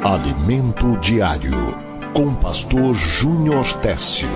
Alimento Diário, com Pastor Júnior Técio.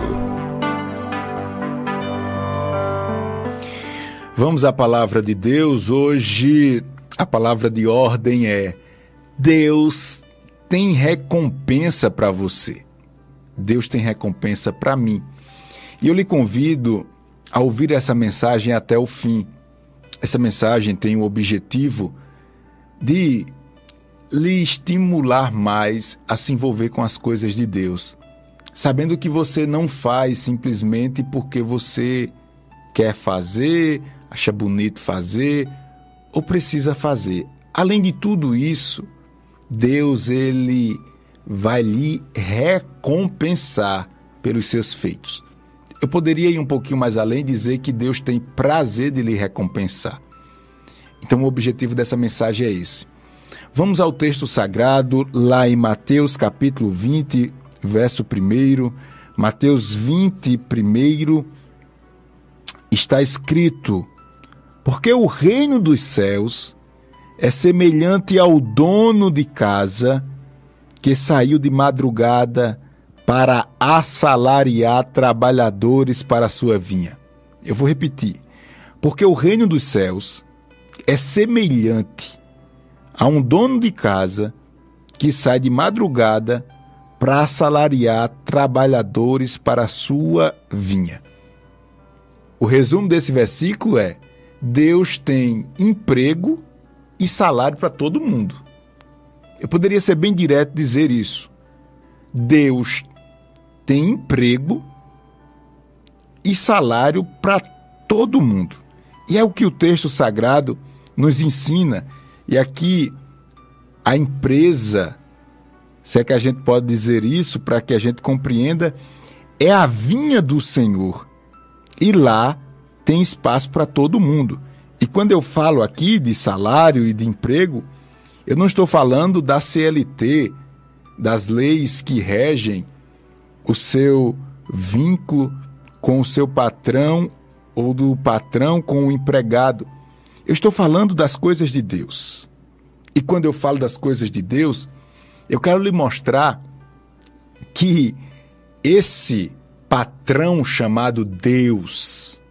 Vamos à palavra de Deus. Hoje a palavra de ordem é: Deus tem recompensa para você. Deus tem recompensa para mim. E eu lhe convido a ouvir essa mensagem até o fim. Essa mensagem tem o objetivo de lhe estimular mais a se envolver com as coisas de Deus, sabendo que você não faz simplesmente porque você quer fazer, acha bonito fazer ou precisa fazer. Além de tudo isso, Deus ele vai lhe recompensar pelos seus feitos. Eu poderia ir um pouquinho mais além e dizer que Deus tem prazer de lhe recompensar. Então o objetivo dessa mensagem é esse. Vamos ao texto sagrado, lá em Mateus capítulo 20, verso 1. Mateus 20, 1, está escrito: porque o reino dos céus é semelhante ao dono de casa que saiu de madrugada para assalariar trabalhadores para a sua vinha. Eu vou repetir. Porque o reino dos céus é semelhante a um dono de casa que sai de madrugada para assalariar trabalhadores para a sua vinha. O resumo desse versículo é: Deus tem emprego e salário para todo mundo. Eu poderia ser bem direto e dizer isso. Deus tem emprego e salário para todo mundo. E é o que o texto sagrado nos ensina. E aqui a empresa, se é que a gente pode dizer isso para que a gente compreenda, é a vinha do Senhor. E lá tem espaço para todo mundo. E quando eu falo aqui de salário e de emprego, eu não estou falando da CLT, das leis que regem o seu vínculo com o seu patrão ou do patrão com o empregado. Eu estou falando das coisas de Deus. E quando eu falo das coisas de Deus, eu quero lhe mostrar que esse patrão chamado Deus,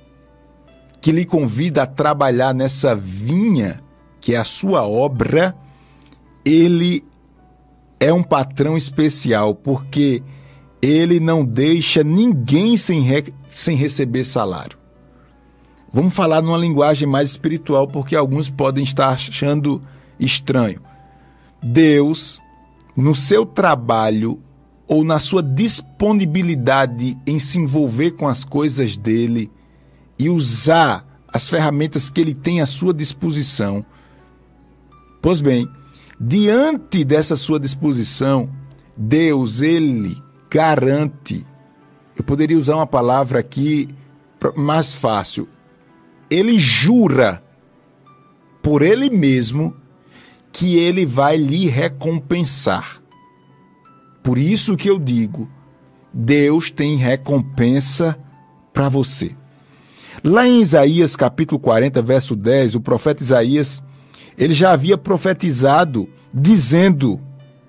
que lhe convida a trabalhar nessa vinha, que é a sua obra, ele é um patrão especial, porque ele não deixa ninguém sem receber salário. Vamos falar numa linguagem mais espiritual, porque alguns podem estar achando estranho. Deus, no seu trabalho ou na sua disponibilidade em se envolver com as coisas dele e usar as ferramentas que ele tem à sua disposição, pois bem, diante dessa sua disposição, Deus, ele garante, eu poderia usar uma palavra aqui mais fácil, ele jura por ele mesmo que ele vai lhe recompensar. Por isso que eu digo, Deus tem recompensa para você. Lá em Isaías capítulo 40, verso 10, o profeta Isaías, ele já havia profetizado, dizendo: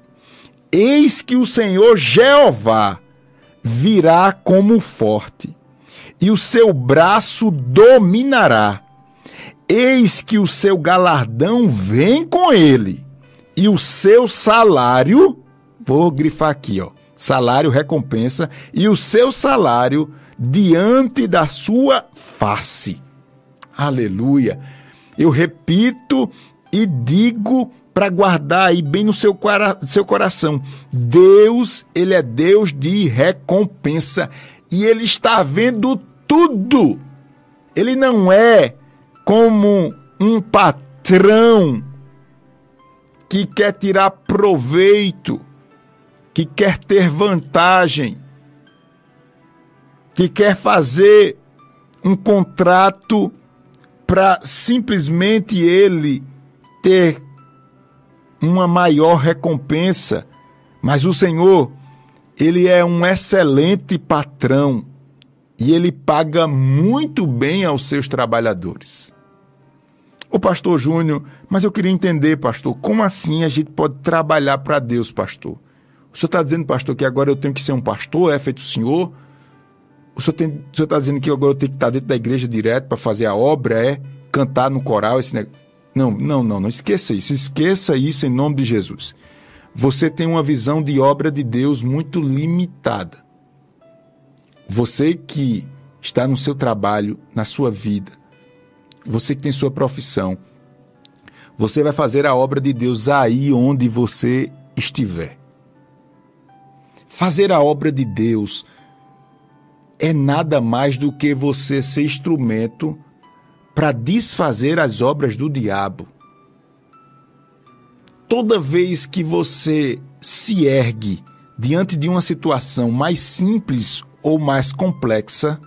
eis que o Senhor Jeová virá como forte, e o seu braço dominará. Eis que o seu galardão vem com ele, e o seu salário, vou grifar aqui, salário, recompensa, e o seu salário diante da sua face. Aleluia! Eu repito e digo para guardar aí bem no seu coração. Deus, ele é Deus de recompensa, e ele está vendo tudo. Ele não é como um patrão que quer tirar proveito, que quer ter vantagem, que quer fazer um contrato para simplesmente ele ter uma maior recompensa. Mas o Senhor, ele é um excelente patrão e ele paga muito bem aos seus trabalhadores. Ô pastor Júnior, mas eu queria entender, pastor, como assim a gente pode trabalhar para Deus, pastor? O senhor está dizendo, pastor, que agora eu tenho que ser um pastor, é feito o senhor? O senhor está dizendo que agora eu tenho que estar dentro da igreja direto para fazer a obra, cantar no coral, esse negócio? Não esqueça isso. Esqueça isso em nome de Jesus. Você tem uma visão de obra de Deus muito limitada. Você que está no seu trabalho, na sua vida, você que tem sua profissão, você vai fazer a obra de Deus aí onde você estiver. Fazer a obra de Deus é nada mais do que você ser instrumento para desfazer as obras do diabo. Toda vez que você se ergue diante de uma situação mais simples ou mais complexa,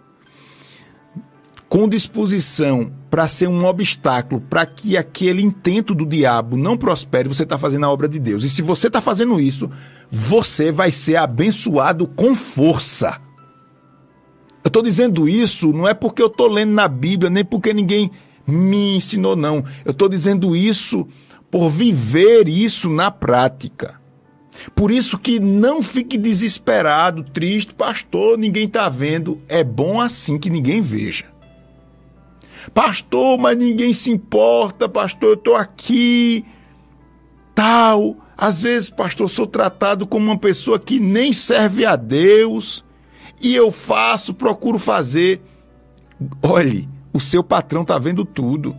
com disposição para ser um obstáculo para que aquele intento do diabo não prospere, você está fazendo a obra de Deus. E se você está fazendo isso, você vai ser abençoado com força. Eu estou dizendo isso não é porque eu estou lendo na Bíblia, nem porque ninguém me ensinou, não. Eu estou dizendo isso por viver isso na prática. Por isso que não fique desesperado, triste, pastor, ninguém está vendo. É bom assim que ninguém veja. Pastor, mas ninguém se importa, pastor, eu estou aqui, tal. Às vezes, pastor, sou tratado como uma pessoa que nem serve a Deus, e eu procuro fazer. Olhe, o seu patrão está vendo tudo.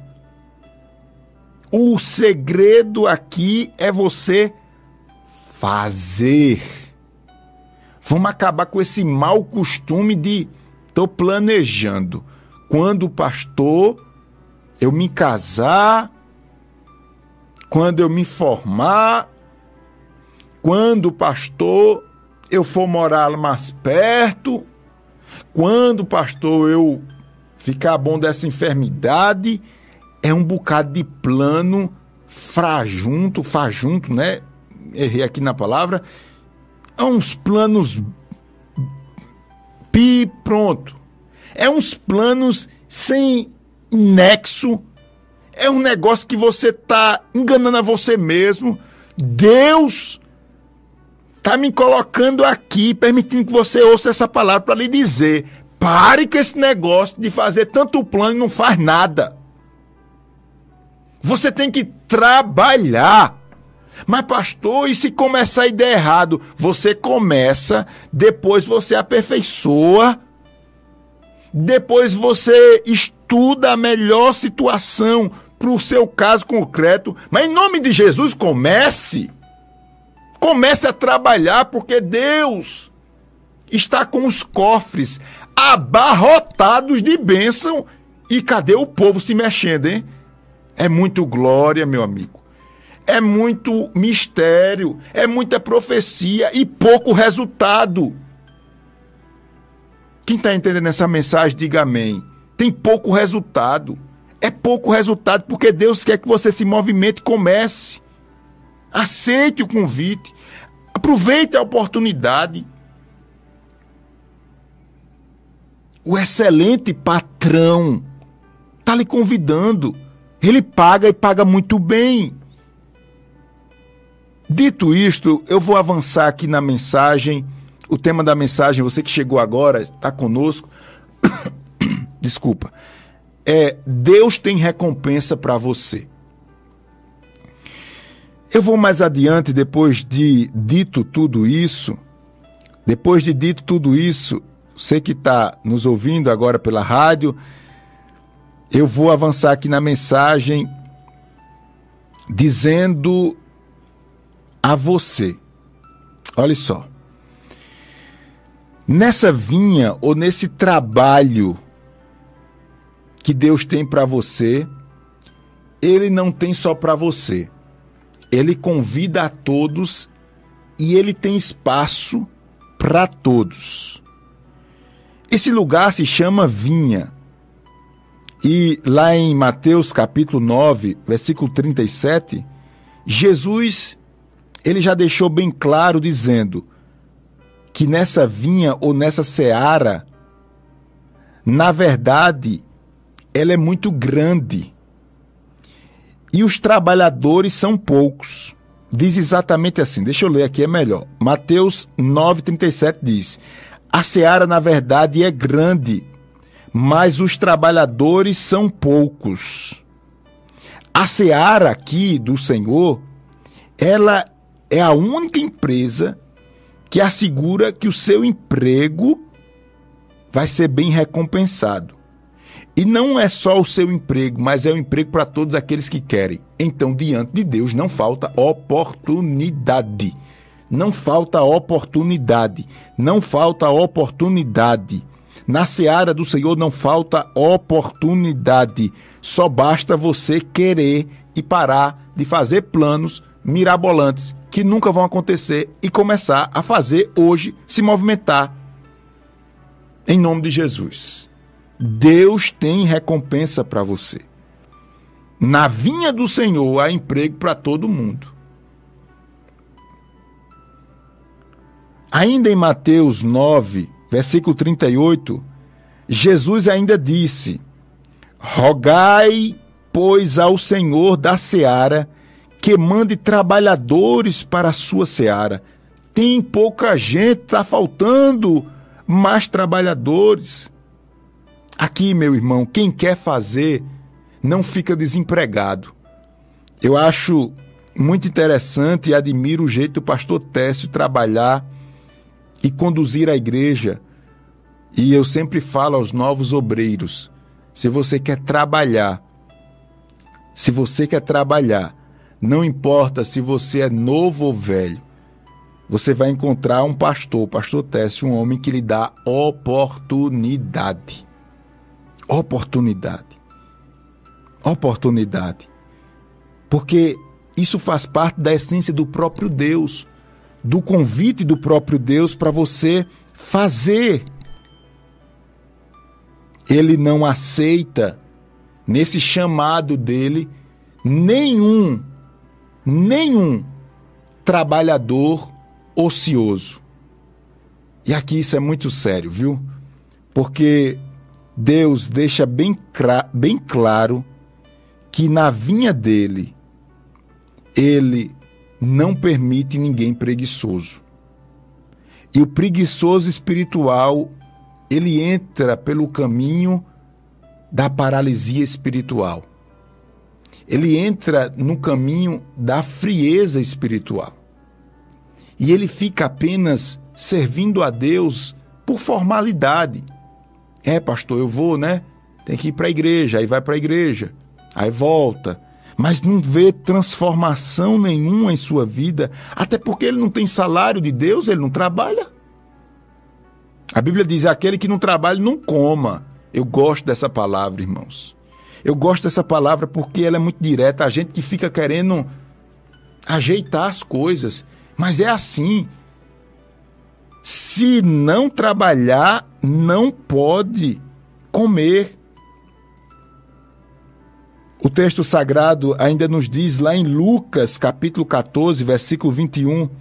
O segredo aqui é você fazer. Vamos acabar com esse mau costume de estou planejando. Quando, pastor, eu me casar, quando eu me formar, quando, pastor, eu for morar mais perto, quando, pastor, eu ficar bom dessa enfermidade, é um bocado de plano fajunto, né? Errei aqui na palavra. É uns planos pronto. É uns planos sem nexo. É um negócio que você está enganando a você mesmo. Deus está me colocando aqui, permitindo que você ouça essa palavra para lhe dizer: pare com esse negócio de fazer tanto plano e não faz nada. Você tem que trabalhar. Mas, pastor, e se começar a der errado? Você começa, depois você aperfeiçoa, depois você estuda a melhor situação para o seu caso concreto. Mas, em nome de Jesus, comece a trabalhar, porque Deus está com os cofres abarrotados de bênção. E cadê o povo se mexendo, hein? É muito glória, meu amigo. É muito mistério, é muita profecia e pouco resultado. Quem está entendendo essa mensagem, diga amém. Tem pouco resultado. É pouco resultado porque Deus quer que você se movimente e comece. Aceite o convite. Aproveite a oportunidade. O excelente patrão está lhe convidando. Ele paga e paga muito bem. Dito isto, eu vou avançar aqui na mensagem. O tema da mensagem, você que chegou agora, está conosco. Desculpa. Deus tem recompensa para você. Eu vou mais adiante, depois de dito tudo isso, você que está nos ouvindo agora pela rádio, eu vou avançar aqui na mensagem dizendo a você, olha só, nessa vinha ou nesse trabalho que Deus tem para você, Ele não tem só para você, Ele convida a todos e Ele tem espaço para todos. Esse lugar se chama vinha. E lá em Mateus capítulo 9, versículo 37, Jesus, ele já deixou bem claro dizendo que nessa vinha ou nessa seara, na verdade, ela é muito grande. e os trabalhadores são poucos. Diz exatamente assim, deixa eu ler aqui, é melhor. Mateus 9,37 diz: a seara, na verdade, é grande, mas os trabalhadores são poucos. A seara aqui do Senhor, ela é a única empresa que assegura que o seu emprego vai ser bem recompensado. E não é só o seu emprego, mas é o emprego para todos aqueles que querem. Então, diante de Deus, não falta oportunidade. Não falta oportunidade. Não falta oportunidade. Na seara do Senhor não falta oportunidade. Só basta você querer e parar de fazer planos mirabolantes que nunca vão acontecer e começar a fazer hoje, se movimentar. Em nome de Jesus. Deus tem recompensa para você. Na vinha do Senhor há emprego para todo mundo. Ainda em Mateus 9, versículo 38, Jesus ainda disse: rogai, pois, ao Senhor da seara que mande trabalhadores para a sua seara. Tem pouca gente, está faltando mais trabalhadores. Aqui, meu irmão, quem quer fazer não fica desempregado. Eu acho muito interessante e admiro o jeito do pastor Técio trabalhar e conduzir a igreja. E eu sempre falo aos novos obreiros, se você quer trabalhar, não importa se você é novo ou velho, você vai encontrar um pastor, o pastor Técio, um homem que lhe dá oportunidade. Oportunidade. Porque isso faz parte da essência do próprio Deus, do convite do próprio Deus para você fazer. Ele não aceita, nesse chamado dele, nenhum trabalhador ocioso. E aqui isso é muito sério, viu? Porque Deus deixa bem claro que na vinha dele, ele não permite ninguém preguiçoso. E o preguiçoso espiritual, ele entra pelo caminho da paralisia espiritual. Ele entra no caminho da frieza espiritual. E ele fica apenas servindo a Deus por formalidade. Pastor, eu vou, né? Tem que ir para a igreja, aí vai para a igreja, aí volta. Mas não vê transformação nenhuma em sua vida, até porque ele não tem salário de Deus, ele não trabalha. A Bíblia diz, aquele que não trabalha, não coma. Eu gosto dessa palavra, irmãos. Eu gosto dessa palavra porque ela é muito direta. A gente que fica querendo ajeitar as coisas, mas é assim. Se não trabalhar, não pode comer. O texto sagrado ainda nos diz lá em Lucas, capítulo 14, versículo 21,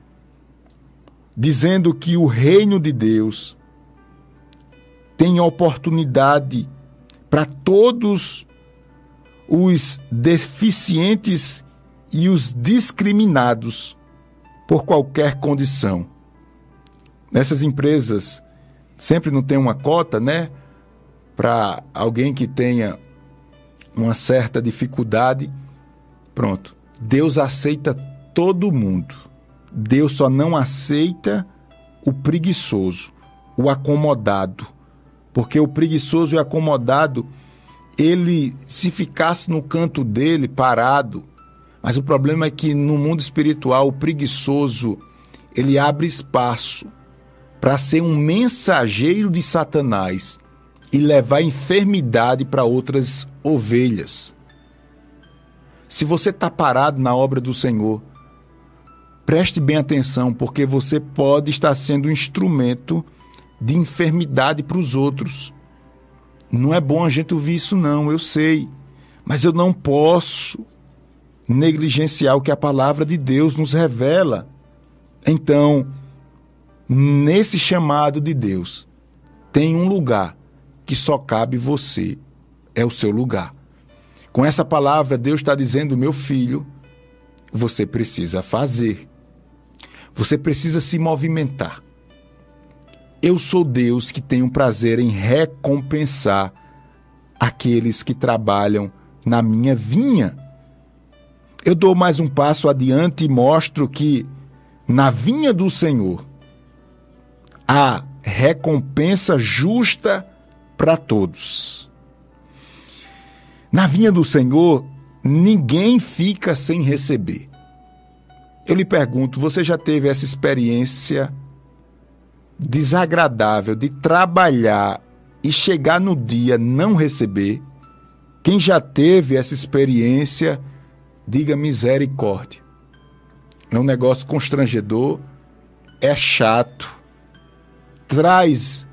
dizendo que o reino de Deus tem oportunidade para todos os deficientes e os discriminados por qualquer condição. Nessas empresas sempre não tem uma cota, né? Para alguém que tenha uma certa dificuldade. Pronto. Deus aceita todo mundo. Deus só não aceita o preguiçoso, o acomodado. Porque o preguiçoso e o acomodado, ele, se ficasse no canto dele, parado, mas o problema é que no mundo espiritual, o preguiçoso, ele abre espaço para ser um mensageiro de Satanás e levar enfermidade para outras ovelhas. Se você está parado na obra do Senhor, preste bem atenção, porque você pode estar sendo um instrumento de enfermidade para os outros. Não é bom a gente ouvir isso não, eu sei, mas eu não posso negligenciar o que a palavra de Deus nos revela. Então, nesse chamado de Deus, tem um lugar que só cabe você, é o seu lugar. Com essa palavra, Deus está dizendo, meu filho, você precisa fazer. Você precisa se movimentar. Eu sou Deus que tem um prazer em recompensar aqueles que trabalham na minha vinha. Eu dou mais um passo adiante e mostro que na vinha do Senhor há recompensa justa para todos. Na vinha do Senhor, ninguém fica sem receber. Eu lhe pergunto, você já teve essa experiência desagradável de trabalhar e chegar no dia não receber? Quem já teve essa experiência, diga misericórdia. É um negócio constrangedor, é chato, traz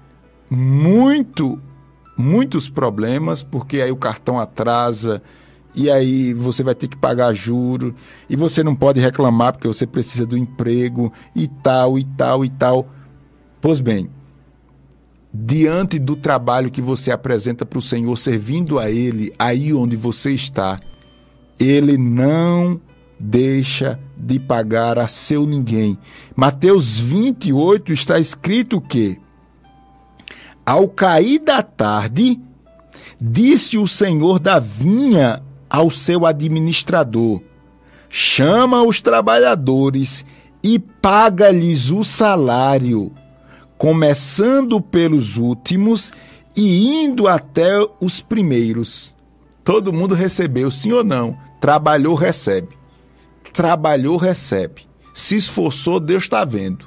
muitos problemas, porque aí o cartão atrasa, e aí você vai ter que pagar juros, e você não pode reclamar porque você precisa do emprego, e tal, e tal, e tal. Pois bem, diante do trabalho que você apresenta para o Senhor, servindo a Ele, aí onde você está, Ele não deixa de pagar a seu ninguém. Mateus 28 está escrito que, ao cair da tarde, disse o senhor da vinha ao seu administrador: chama os trabalhadores e paga-lhes o salário, começando pelos últimos e indo até os primeiros. Todo mundo recebeu, sim ou não? Trabalhou, recebe. Trabalhou, recebe. Se esforçou, Deus está vendo.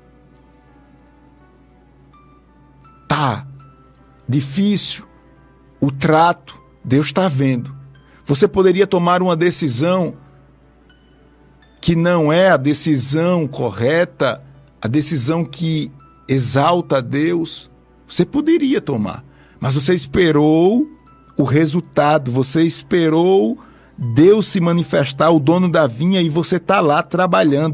Tá difícil o trato, Deus está vendo. Você poderia tomar uma decisão que não é a decisão correta, a decisão que exalta a Deus. Você poderia tomar, mas você esperou o resultado, você esperou Deus se manifestar, o dono da vinha, e você está lá trabalhando.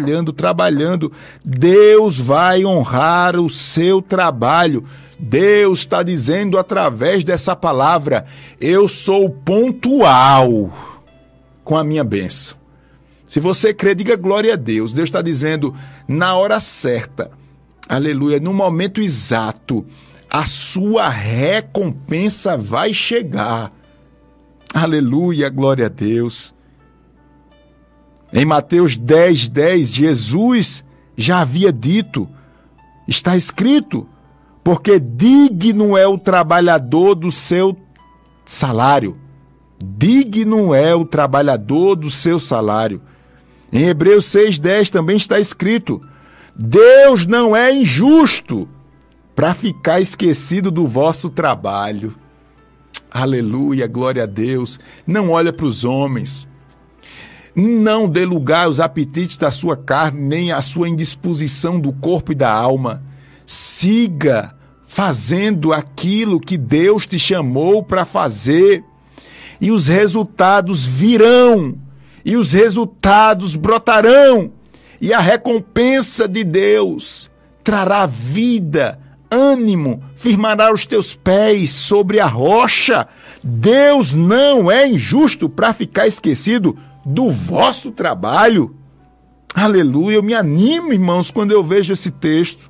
Deus vai honrar o seu trabalho. Deus está dizendo através dessa palavra: eu sou pontual com a minha bênção. Se você crê, diga glória a Deus. Deus está dizendo, na hora certa, aleluia, no momento exato, a sua recompensa vai chegar. Aleluia, glória a Deus. Em Mateus 10:10, Jesus já havia dito, está escrito, porque digno é o trabalhador do seu salário. Digno é o trabalhador do seu salário. Em Hebreus 6:10 também está escrito, Deus não é injusto para ficar esquecido do vosso trabalho. Aleluia, glória a Deus. Não olha para os homens. Não dê lugar aos apetites da sua carne, nem à sua indisposição do corpo e da alma. Siga fazendo aquilo que Deus te chamou para fazer. E os resultados virão. E os resultados brotarão. E a recompensa de Deus trará vida, ânimo, firmará os teus pés sobre a rocha. Deus não é injusto para ficar esquecido do vosso trabalho. Aleluia, eu me animo, irmãos, quando eu vejo esse texto.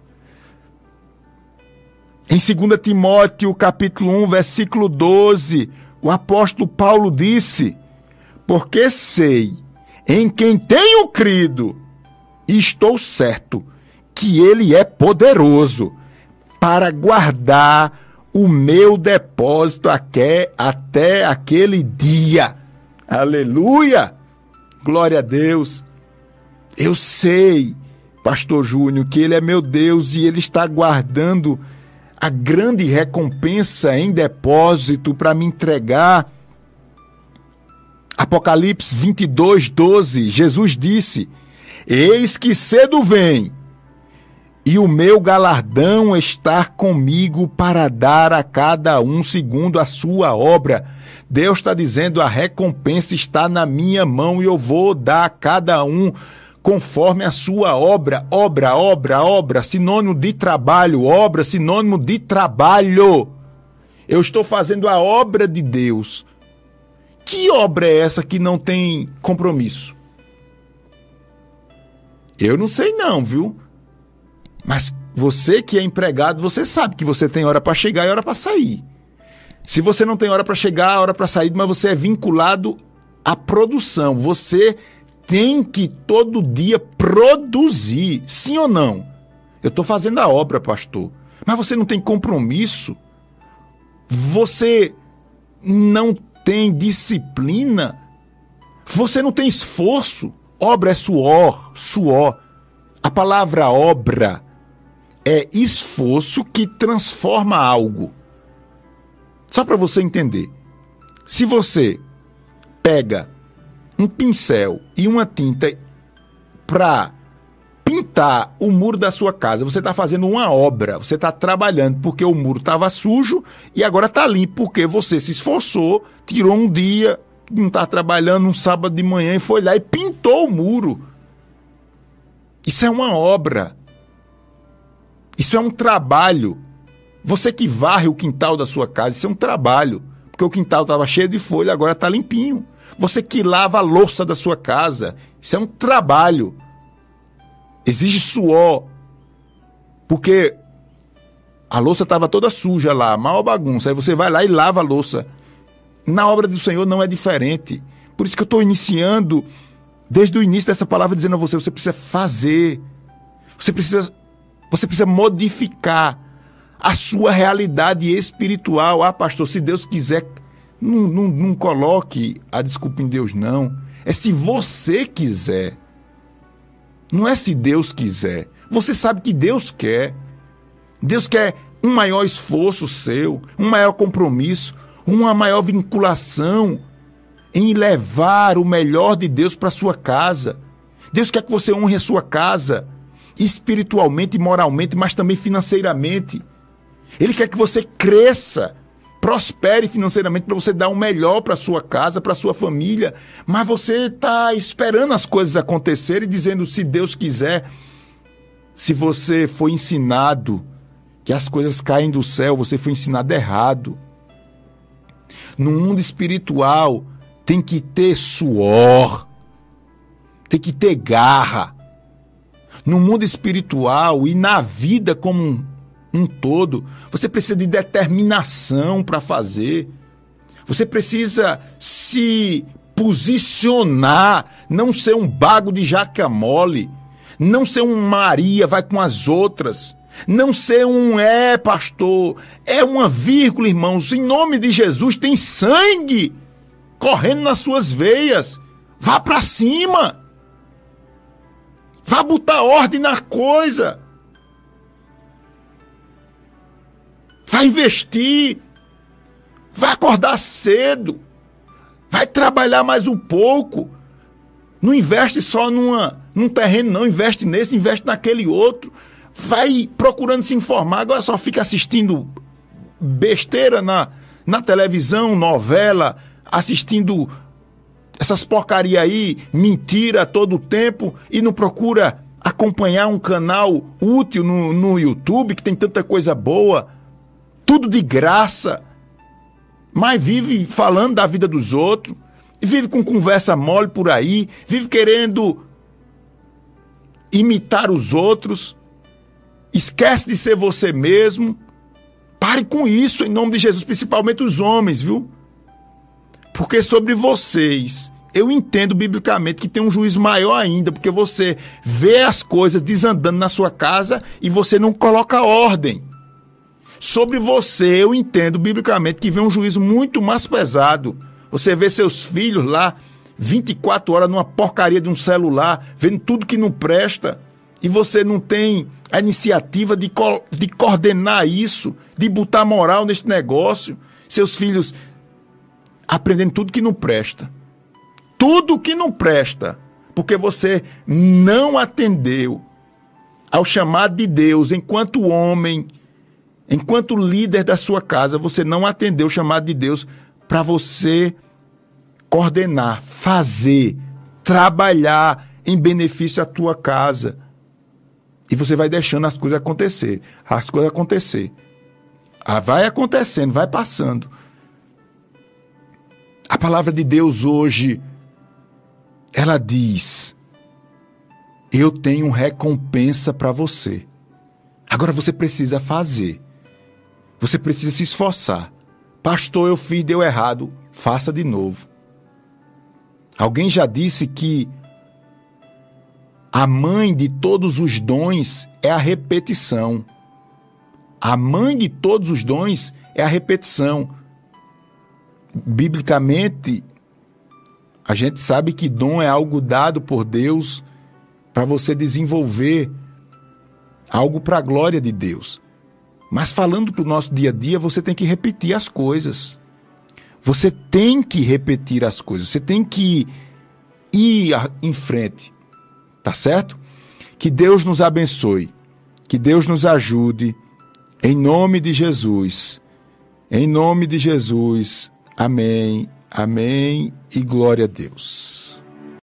Em 2 Timóteo, capítulo 1, versículo 12, o apóstolo Paulo disse, porque sei em quem tenho crido e estou certo que ele é poderoso para guardar o meu depósito até aquele dia. Aleluia! Glória a Deus! Eu sei, pastor Júnior, que ele é meu Deus e ele está guardando a grande recompensa em depósito para me entregar. Apocalipse 22:12, Jesus disse, eis que cedo vem, e o meu galardão está comigo para dar a cada um segundo a sua obra. Deus está dizendo, a recompensa está na minha mão e eu vou dar a cada um conforme a sua obra. Obra, sinônimo de trabalho. Obra, sinônimo de trabalho. Eu estou fazendo a obra de Deus. Que obra é essa que não tem compromisso? Eu não sei não, viu? Mas você que é empregado, você sabe que você tem hora para chegar e hora para sair. Se você não tem hora para chegar, hora para sair, mas você é vinculado à produção. Você tem que todo dia produzir, sim ou não? Eu estou fazendo a obra, pastor. Mas você não tem compromisso? Você não tem disciplina? Você não tem esforço? Obra é suor, suor. A palavra obra é esforço que transforma algo. Só para você entender. Se você pega um pincel e uma tinta para pintar o muro da sua casa, você está fazendo uma obra, você está trabalhando porque o muro estava sujo e agora está limpo porque você se esforçou, tirou um dia, não está trabalhando um sábado de manhã e foi lá e pintou o muro. Isso é uma obra. Isso é um trabalho. Você que varre o quintal da sua casa, isso é um trabalho. Porque o quintal estava cheio de folha, agora está limpinho. Você que lava a louça da sua casa, isso é um trabalho. Exige suor. Porque a louça estava toda suja lá, maior bagunça. Aí você vai lá e lava a louça. Na obra do Senhor não é diferente. Por isso que eu estou iniciando, desde o início dessa palavra, dizendo a você, você precisa fazer. Você precisa modificar a sua realidade espiritual. Ah, pastor, se Deus quiser, não coloque a desculpa em Deus, não. É se você quiser. Não é se Deus quiser. Você sabe que Deus quer. Deus quer um maior esforço seu, um maior compromisso, uma maior vinculação em levar o melhor de Deus para sua casa. Deus quer que você honre a sua casa espiritualmente e moralmente, mas também financeiramente. Ele quer que você cresça, prospere financeiramente para você dar o melhor para sua casa, para sua família. Mas você está esperando as coisas acontecerem e dizendo, se Deus quiser. Se você foi ensinado que as coisas caem do céu, você foi ensinado errado. No mundo espiritual tem que ter suor, tem que ter garra. No mundo espiritual e na vida como um todo, você precisa de determinação para fazer. Você precisa se posicionar, não ser um bago de jaca mole, não ser um Maria, vai com as outras, não ser um pastor, é uma vírgula, irmãos. Em nome de Jesus, tem sangue correndo nas suas veias. Vá para cima. Vá botar ordem na coisa. Vai investir. Vai acordar cedo. Vai trabalhar mais um pouco. Não investe só num terreno, não. Investe nesse, investe naquele outro. Vai procurando se informar. Agora só fica assistindo besteira na televisão, novela, assistindo essas porcaria aí, mentira todo o tempo, e não procura acompanhar um canal útil no YouTube, que tem tanta coisa boa, tudo de graça, mas vive falando da vida dos outros, vive com conversa mole por aí, vive querendo imitar os outros, esquece de ser você mesmo. Pare com isso, em nome de Jesus, principalmente os homens, viu? Porque sobre vocês, eu entendo biblicamente que tem um juízo maior ainda, porque você vê as coisas desandando na sua casa e você não coloca ordem. Sobre você, eu entendo biblicamente que vem um juízo muito mais pesado. Você vê seus filhos lá, 24 horas numa porcaria de um celular, vendo tudo que não presta, e você não tem a iniciativa de coordenar isso, de botar moral nesse negócio. Seus filhos aprendendo tudo que não presta. Tudo que não presta. Porque você não atendeu ao chamado de Deus enquanto homem, enquanto líder da sua casa, você não atendeu o chamado de Deus para você coordenar, fazer, trabalhar em benefício à tua casa. E você vai deixando as coisas acontecer. As coisas acontecer. Vai acontecendo, vai passando. A palavra de Deus hoje, ela diz: eu tenho recompensa para você. Agora você precisa fazer. Você precisa se esforçar. Pastor, eu fiz, deu errado. Faça de novo. Alguém já disse que a mãe de todos os dons é a repetição. A mãe de todos os dons é a repetição. Biblicamente, a gente sabe que dom é algo dado por Deus para você desenvolver algo para a glória de Deus. Mas falando para o nosso dia a dia, você tem que repetir as coisas. Você tem que repetir as coisas. Você tem que ir em frente. Tá certo? Que Deus nos abençoe. Que Deus nos ajude. Em nome de Jesus. Em nome de Jesus. Amém. Amém e glória a Deus.